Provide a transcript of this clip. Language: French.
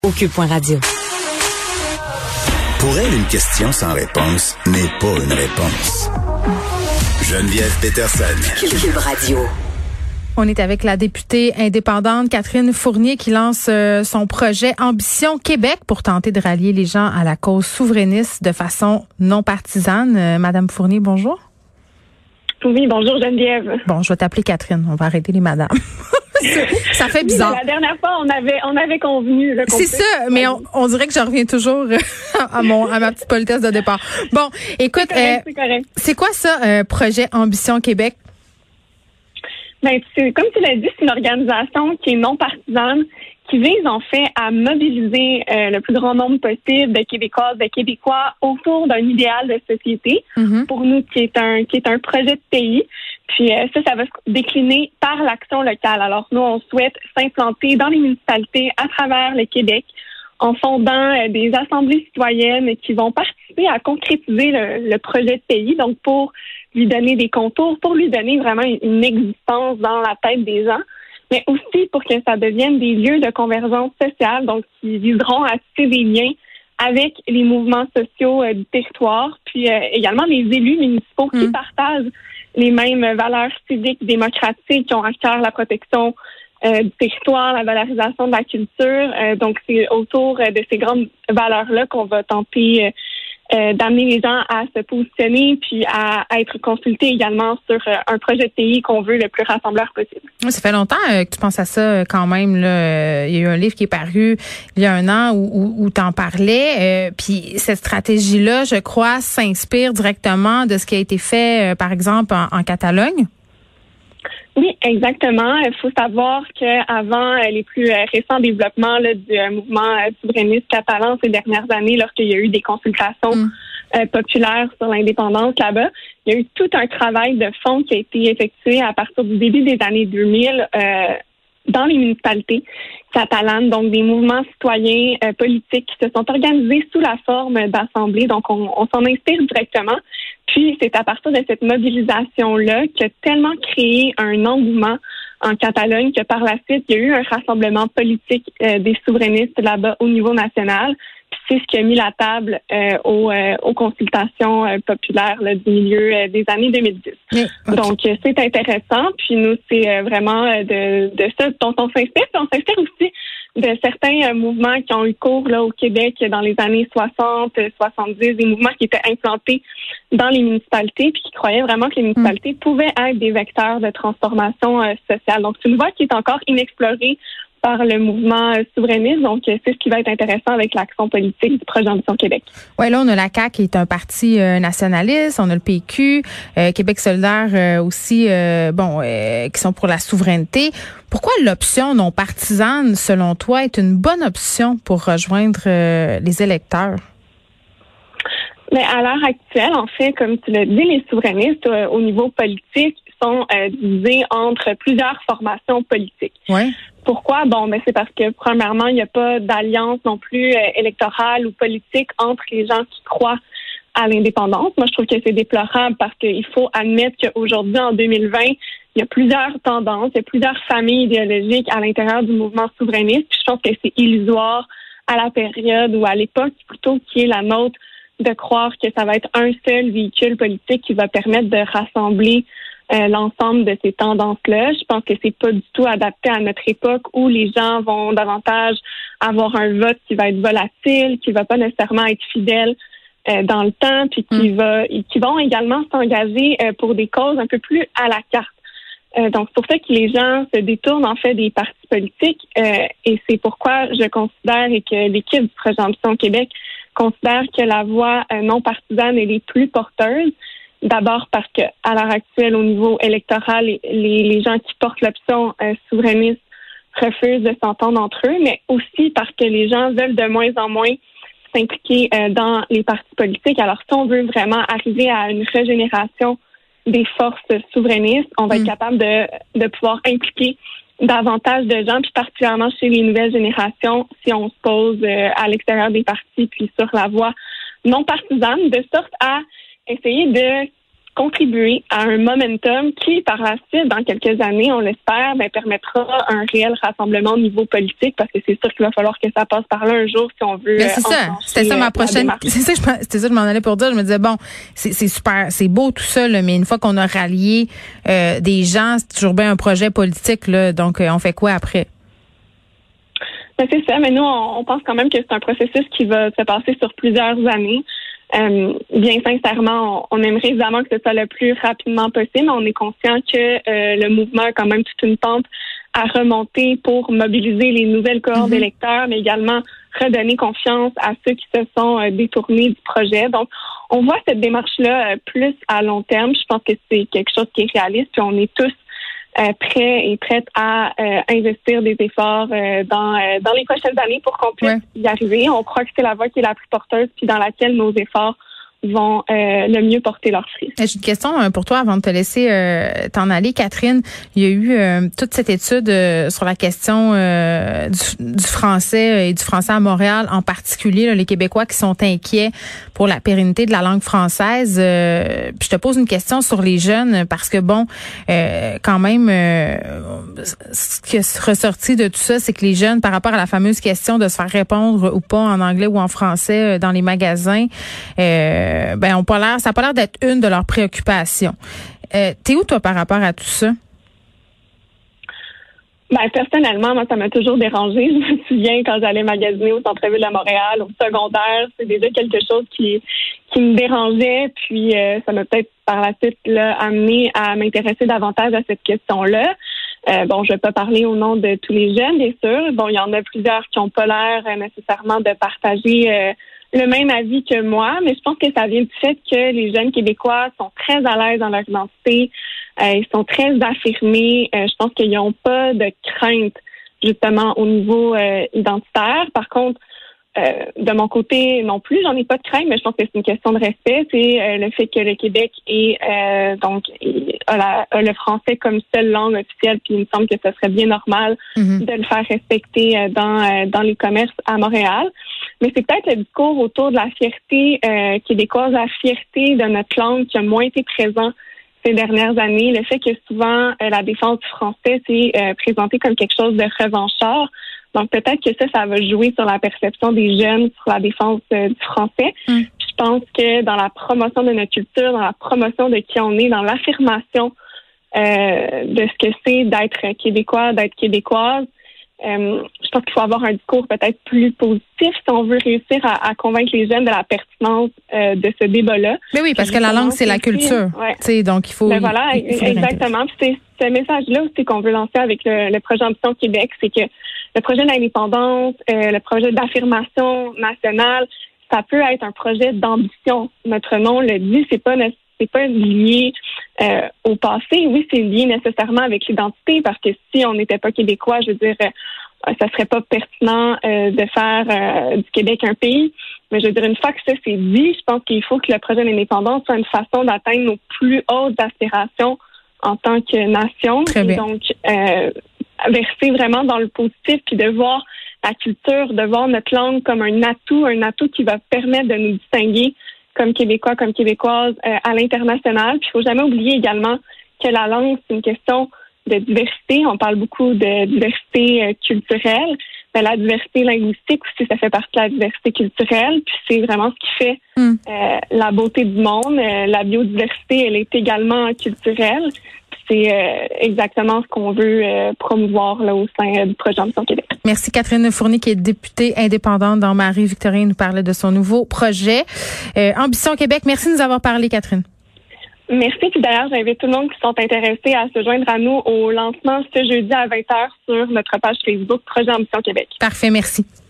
au Cube.radio. Pour elle, une question sans réponse n'est pas une réponse. Geneviève Peterson. Cube Radio. On est avec la députée indépendante Catherine Fournier qui lance son projet Ambition Québec pour tenter de rallier les gens à la cause souverainiste de façon non partisane. Madame Fournier, bonjour. Oui, bonjour Geneviève. Bon, je vais t'appeler Catherine. On va arrêter les madames. Ça fait bizarre. Oui, la dernière fois, on avait convenu. C'est ça, mais on dirait que je reviens toujours à ma petite politesse de départ. Bon, écoute, c'est correct. C'est quoi ça, projet Ambition Québec? Ben, comme tu l'as dit, c'est une organisation qui est non partisane, qui vise en fait à mobiliser le plus grand nombre possible de Québécoises, de Québécois autour d'un idéal de société. Pour nous, qui est un projet de pays. Puis ça va se décliner par l'action locale. Alors nous, on souhaite s'implanter dans les municipalités à travers le Québec en fondant des assemblées citoyennes qui vont participer à concrétiser le projet de pays. Donc pour lui donner des contours, pour lui donner vraiment une existence dans la tête des gens, mais aussi pour que ça devienne des lieux de convergence sociale, donc qui viseront à tisser des liens avec les mouvements sociaux du territoire, puis également les élus municipaux qui partagent les mêmes valeurs civiques, démocratiques, qui ont à cœur la protection du territoire, la valorisation de la culture. Donc, c'est autour de ces grandes valeurs-là qu'on va tenter d'amener les gens à se positionner puis à être consultés également sur un projet de pays qu'on veut le plus rassembleur possible. Ça fait longtemps que tu penses à ça quand même. Là. Il y a eu un livre qui est paru il y a un an où tu en parlais. Puis cette stratégie-là, je crois, s'inspire directement de ce qui a été fait, par exemple, en Catalogne. Oui, exactement. Il faut savoir qu'avant les plus récents développements du mouvement souverainiste catalan ces dernières années, lorsqu'il y a eu des consultations populaires sur l'indépendance là-bas, il y a eu tout un travail de fond qui a été effectué à partir du début des années 2000 dans les municipalités catalanes, donc des mouvements citoyens politiques qui se sont organisés sous la forme d'assemblées. Donc, on s'en inspire directement. Puis, c'est à partir de cette mobilisation-là qui a tellement créé un engouement en Catalogne que par la suite, il y a eu un rassemblement politique des souverainistes là-bas au niveau national. Puis, c'est ce qui a mis la table aux consultations populaires là, du milieu des années 2010. Oui, okay. Donc, c'est intéressant. Puis, nous, c'est vraiment de ça dont on s'inspire. Puis, on s'inspire aussi de certains mouvements qui ont eu cours là au Québec dans les années 60, 70, des mouvements qui étaient implantés dans les municipalités puis qui croyaient vraiment que les municipalités pouvaient être des vecteurs de transformation sociale. Donc, c'est une voie qui est encore inexplorée par le mouvement souverainiste. Donc, c'est ce qui va être intéressant avec l'action politique du projet Ambition Québec. Oui, là, on a la CAQ qui est un parti nationaliste. On a le PQ, Québec solidaire aussi, qui sont pour la souveraineté. Pourquoi l'option non partisane, selon toi, est une bonne option pour rejoindre les électeurs? Mais à l'heure actuelle, en fait, comme tu l'as dit, les souverainistes au niveau politique sont divisés entre plusieurs formations politiques. Ouais. Pourquoi? Bon, c'est parce que, premièrement, il n'y a pas d'alliance non plus électorale ou politique entre les gens qui croient à l'indépendance. Moi, je trouve que c'est déplorable parce qu'il faut admettre qu'aujourd'hui, en 2020, il y a plusieurs tendances, il y a plusieurs familles idéologiques à l'intérieur du mouvement souverainiste. Puis je pense que c'est illusoire à la période ou à l'époque plutôt qui est la nôtre de croire que ça va être un seul véhicule politique qui va permettre de rassembler l'ensemble de ces tendances-là. Je pense que c'est pas du tout adapté à notre époque où les gens vont davantage avoir un vote qui va être volatile, qui va pas nécessairement être fidèle dans le temps, puis qui vont également s'engager pour des causes un peu plus à la carte. Donc, c'est pour ça que les gens se détournent en fait des partis politiques et c'est pourquoi je considère et que l'équipe du projet Ambition Québec considère que la voie non partisane est les plus porteuses. D'abord parce que à l'heure actuelle, au niveau électoral, les gens qui portent l'option souverainiste refusent de s'entendre entre eux, mais aussi parce que les gens veulent de moins en moins s'impliquer dans les partis politiques. Alors, si on veut vraiment arriver à une régénération des forces souverainistes, on va être capable de pouvoir impliquer davantage de gens, puis particulièrement chez les nouvelles générations, si on se pose à l'extérieur des partis, puis sur la voie non partisane, de sorte à essayer de contribuer à un momentum qui, par la suite, dans quelques années, on l'espère, permettra un réel rassemblement au niveau politique, parce que c'est sûr qu'il va falloir que ça passe par là un jour si on veut. Mais c'est ça. C'était ça ma prochaine. C'était ça que je m'en allais pour dire. Je me disais, bon, c'est super, c'est beau tout ça, là, mais une fois qu'on a rallié des gens, c'est toujours bien un projet politique, là. Donc, on fait quoi après? C'est ça, mais nous, on pense quand même que c'est un processus qui va se passer sur plusieurs années. Bien sincèrement, on aimerait évidemment que ce soit le plus rapidement possible. On est conscient que le mouvement a quand même toute une pente à remonter pour mobiliser les nouvelles cohortes d'électeurs, mais également redonner confiance à ceux qui se sont détournés du projet. Donc, on voit cette démarche-là plus à long terme. Je pense que c'est quelque chose qui est réaliste, puis on est tous prêts et prêtes à investir des efforts dans les prochaines années pour qu'on puisse y arriver. On croit que c'est la voie qui est la plus porteuse, puis dans laquelle nos efforts vont le mieux porter leurs fruits. J'ai une question pour toi avant de te laisser t'en aller, Catherine. Il y a eu toute cette étude sur la question du français et du français à Montréal, en particulier là, les Québécois qui sont inquiets pour la pérennité de la langue française. Puis je te pose une question sur les jeunes parce que bon, quand même, ce qui est ressorti de tout ça, c'est que les jeunes, par rapport à la fameuse question de se faire répondre ou pas en anglais ou en français dans les magasins, ça n'a pas l'air d'être une de leurs préoccupations. T'es où, toi, par rapport à tout ça? Personnellement, moi, ça m'a toujours dérangée. Je me souviens quand j'allais magasiner au centre-ville de Montréal, au secondaire, c'est déjà quelque chose qui me dérangeait. Puis, ça m'a peut-être par la suite amené à m'intéresser davantage à cette question-là. Je vais pas parler au nom de tous les jeunes, bien sûr. Bon, il y en a plusieurs qui n'ont pas l'air nécessairement de partager le même avis que moi, mais je pense que ça vient du fait que les jeunes Québécois sont très à l'aise dans leur identité, ils sont très affirmés. Je pense qu'ils n'ont pas de crainte justement au niveau identitaire. Par contre, de mon côté non plus, j'en ai pas de crainte, mais je pense que c'est une question de respect. C'est le fait que le Québec a le français comme seule langue officielle, puis il me semble que ce serait bien normal de le faire respecter dans les commerces à Montréal. Mais c'est peut-être le discours autour de la fierté québécoise, la fierté de notre langue qui a moins été présent ces dernières années. Le fait que souvent la défense du français s'est présentée comme quelque chose de revanchard. Donc peut-être que ça va jouer sur la perception des jeunes sur la défense du français. Puis je pense que dans la promotion de notre culture, dans la promotion de qui on est, dans l'affirmation de ce que c'est d'être québécois, d'être québécoise, je pense qu'il faut avoir un discours peut-être plus positif si on veut réussir à convaincre les jeunes de la pertinence de ce débat-là. Mais oui, parce que la langue, c'est la culture. Donc, il faut... voilà, exactement. Puis c'est ce message-là aussi qu'on veut lancer avec le projet Ambition Québec, c'est que le projet d'indépendance, le projet d'affirmation nationale, ça peut être un projet d'ambition. Notre nom le dit, c'est pas lié au passé. Oui, c'est lié nécessairement avec l'identité, parce que si on n'était pas québécois, je veux dire, ça serait pas pertinent de faire du Québec un pays. Mais je veux dire, une fois que ça c'est dit, je pense qu'il faut que le projet d'indépendance soit une façon d'atteindre nos plus hautes aspirations en tant que nation. Très bien. Donc, verser vraiment dans le positif, puis de voir la culture, de voir notre langue comme un atout qui va permettre de nous distinguer comme Québécois, comme Québécoises à l'international. Puis il faut jamais oublier également que la langue, c'est une question de diversité. On parle beaucoup de diversité culturelle, mais la diversité linguistique aussi, ça fait partie de la diversité culturelle. Puis c'est vraiment ce qui fait la beauté du monde. La biodiversité, elle est également culturelle. C'est exactement ce qu'on veut promouvoir là, au sein du projet Ambition Québec. Merci Catherine Fournier, qui est députée indépendante dans Marie-Victorine, nous parlait de son nouveau projet. Ambition Québec, merci de nous avoir parlé, Catherine. Merci. Puis d'ailleurs, j'invite tout le monde qui sont intéressés à se joindre à nous au lancement ce jeudi à 20h sur notre page Facebook Projet Ambition Québec. Parfait, merci.